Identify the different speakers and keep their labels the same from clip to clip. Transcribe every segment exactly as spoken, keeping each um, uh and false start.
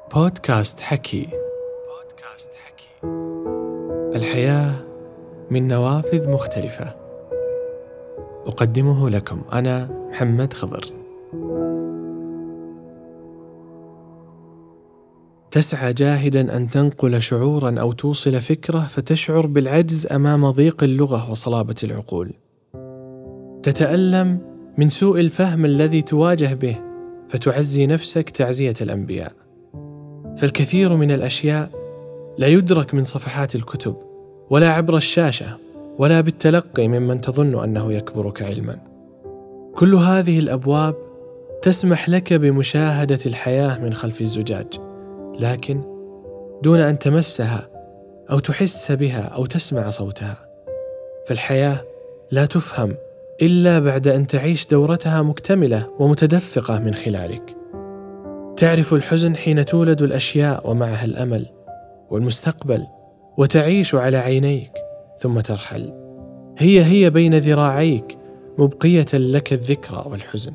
Speaker 1: بودكاست حكي. الحياة من نوافذ مختلفة. أقدمه لكم أنا محمد خضر. تسعى جاهدا أن تنقل شعورا أو توصل فكرة، فتشعر بالعجز أمام ضيق اللغة وصلابة العقول. تتألم من سوء الفهم الذي تواجه به، فتعزي نفسك تعزية الأنبياء. فالكثير من الأشياء لا يدرك من صفحات الكتب، ولا عبر الشاشة، ولا بالتلقي ممن تظن أنه يكبرك علما. كل هذه الأبواب تسمح لك بمشاهدة الحياة من خلف الزجاج، لكن دون أن تمسها أو تحس بها أو تسمع صوتها. فالحياة لا تفهم إلا بعد أن تعيش دورتها مكتملة ومتدفقة من خلالك. تعرف الحزن حين تولد الأشياء ومعها الأمل والمستقبل، وتعيش على عينيك ثم ترحل. هي هي بين ذراعيك مبقية لك الذكرى والحزن.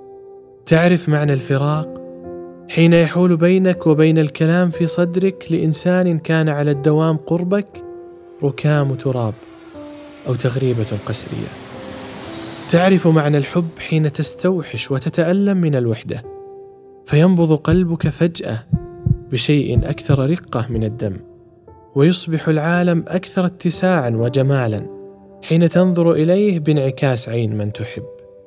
Speaker 1: تعرف معنى الفراق حين يحول بينك وبين الكلام في صدرك لإنسان كان على الدوام قربك ركام تراب أو تغريبة قسرية. تعرف معنى الحب حين تستوحش وتتألم من الوحدة، فينبض قلبك فجأة بشيء أكثر رقة من الدم، ويصبح العالم أكثر اتساعا وجمالا حين تنظر إليه بانعكاس عين من تحب.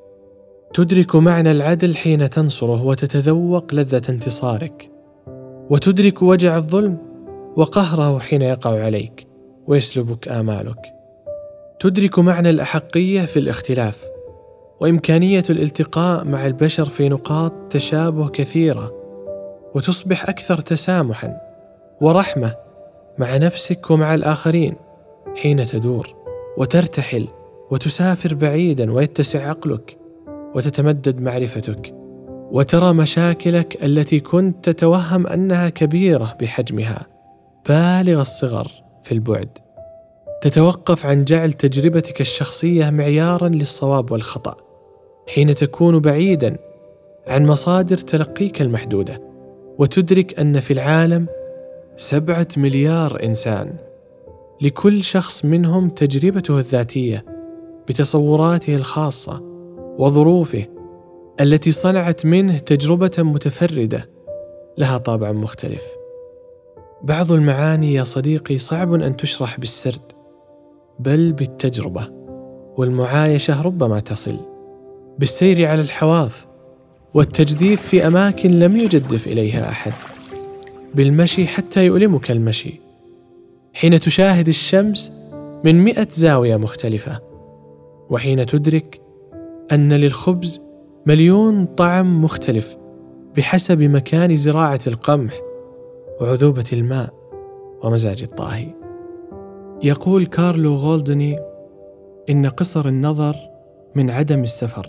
Speaker 1: تدرك معنى العدل حين تنصره وتتذوق لذة انتصارك، وتدرك وجع الظلم وقهره حين يقع عليك ويسلبك آمالك. تدرك معنى الأحقية في الاختلاف، وإمكانية الالتقاء مع البشر في نقاط تشابه كثيرة، وتصبح أكثر تسامحا ورحمة مع نفسك ومع الآخرين حين تدور وترتحل وتسافر بعيدا، ويتسع عقلك وتتمدد معرفتك، وترى مشاكلك التي كنت تتوهم أنها كبيرة بحجمها بالغ الصغر في البعد. تتوقف عن جعل تجربتك الشخصية معيارا للصواب والخطأ حين تكون بعيدا عن مصادر تلقيك المحدودة، وتدرك أن في العالم سبعة مليار إنسان، لكل شخص منهم تجربته الذاتية بتصوراته الخاصة وظروفه التي صنعت منه تجربة متفردة لها طابع مختلف. بعض المعاني يا صديقي صعب أن تشرح بالسرد، بل بالتجربة والمعايشة ربما تصل، بالسير على الحواف والتجديف في أماكن لم يجدف إليها أحد، بالمشي حتى يؤلمك المشي، حين تشاهد الشمس من مئة زاوية مختلفة، وحين تدرك أن للخبز مليون طعم مختلف بحسب مكان زراعة القمح وعذوبة الماء ومزاج الطاهي. يقول كارلو غولدني إن قصر النظر من عدم السفر.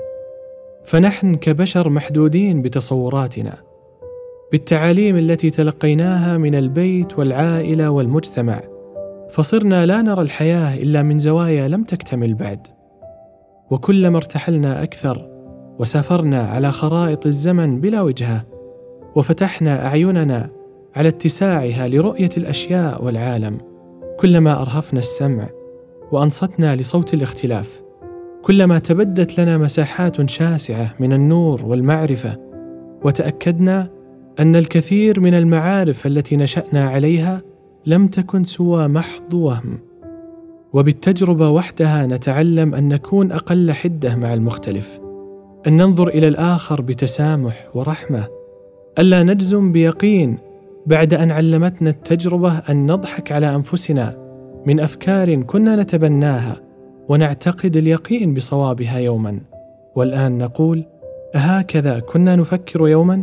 Speaker 1: فنحن كبشر محدودين بتصوراتنا، بالتعاليم التي تلقيناها من البيت والعائلة والمجتمع، فصرنا لا نرى الحياة إلا من زوايا لم تكتمل بعد. وكلما ارتحلنا أكثر وسافرنا على خرائط الزمن بلا وجهة، وفتحنا أعيننا على اتساعها لرؤية الأشياء والعالم، كلما أرهفنا السمع وأنصتنا لصوت الاختلاف، كلما تبدت لنا مساحات شاسعة من النور والمعرفة، وتأكدنا أن الكثير من المعارف التي نشأنا عليها لم تكن سوى محض وهم. وبالتجربة وحدها نتعلم أن نكون أقل حدة مع المختلف، أن ننظر إلى الآخر بتسامح ورحمة، ألا نجزم بيقين بعد أن علمتنا التجربة أن نضحك على أنفسنا من أفكار كنا نتبناها ونعتقد اليقين بصوابها يوما، والآن نقول أهكذا كنا نفكر يوما؟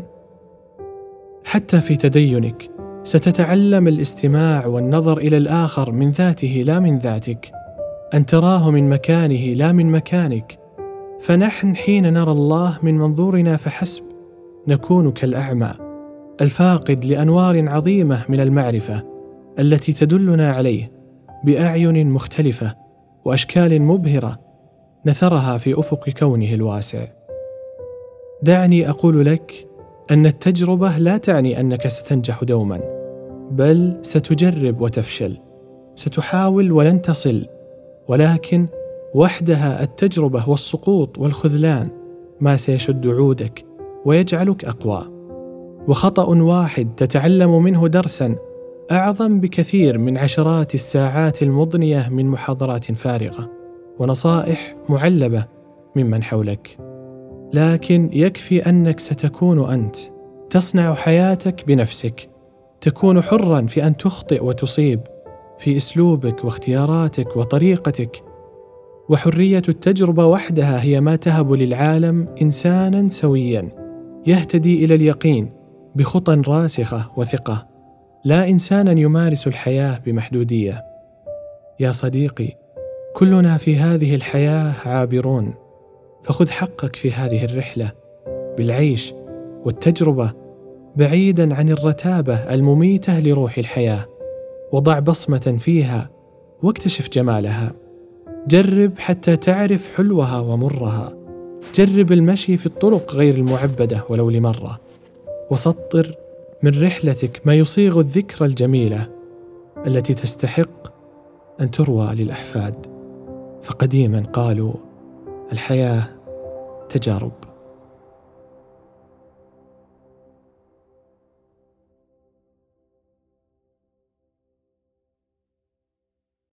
Speaker 1: حتى في تدينك ستتعلم الاستماع والنظر إلى الآخر من ذاته لا من ذاتك، أن تراه من مكانه لا من مكانك. فنحن حين نرى الله من منظورنا فحسب نكون كالأعمى الفاقد لأنوار عظيمة من المعرفة التي تدلنا عليه بأعين مختلفة وأشكال مبهرة نثرها في أفق كونه الواسع. دعني أقول لك أن التجربة لا تعني أنك ستنجح دوما، بل ستجرب وتفشل، ستحاول ولن تصل، ولكن وحدها التجربة والسقوط والخذلان ما سيشد عودك ويجعلك أقوى. وخطأ واحد تتعلم منه درسا أعظم بكثير من عشرات الساعات المضنية من محاضرات فارغة ونصائح معلبة ممن حولك. لكن يكفي أنك ستكون أنت، تصنع حياتك بنفسك، تكون حراً في أن تخطئ وتصيب في أسلوبك واختياراتك وطريقتك. وحرية التجربة وحدها هي ما تهب للعالم إنساناً سوياً يهتدي إلى اليقين بخطى راسخة وثقة، لا إنساناً يمارس الحياة بمحدودية. يا صديقي، كلنا في هذه الحياة عابرون، فخذ حقك في هذه الرحلة بالعيش والتجربة بعيداً عن الرتابة المميتة لروح الحياة، وضع بصمة فيها واكتشف جمالها. جرب حتى تعرف حلوها ومرها، جرب المشي في الطرق غير المعبدة ولو لمرة، وسطر من رحلتك ما يصيغ الذكرى الجميلة التي تستحق أن تروى للأحفاد. فقديما قالوا: الحياة تجارب.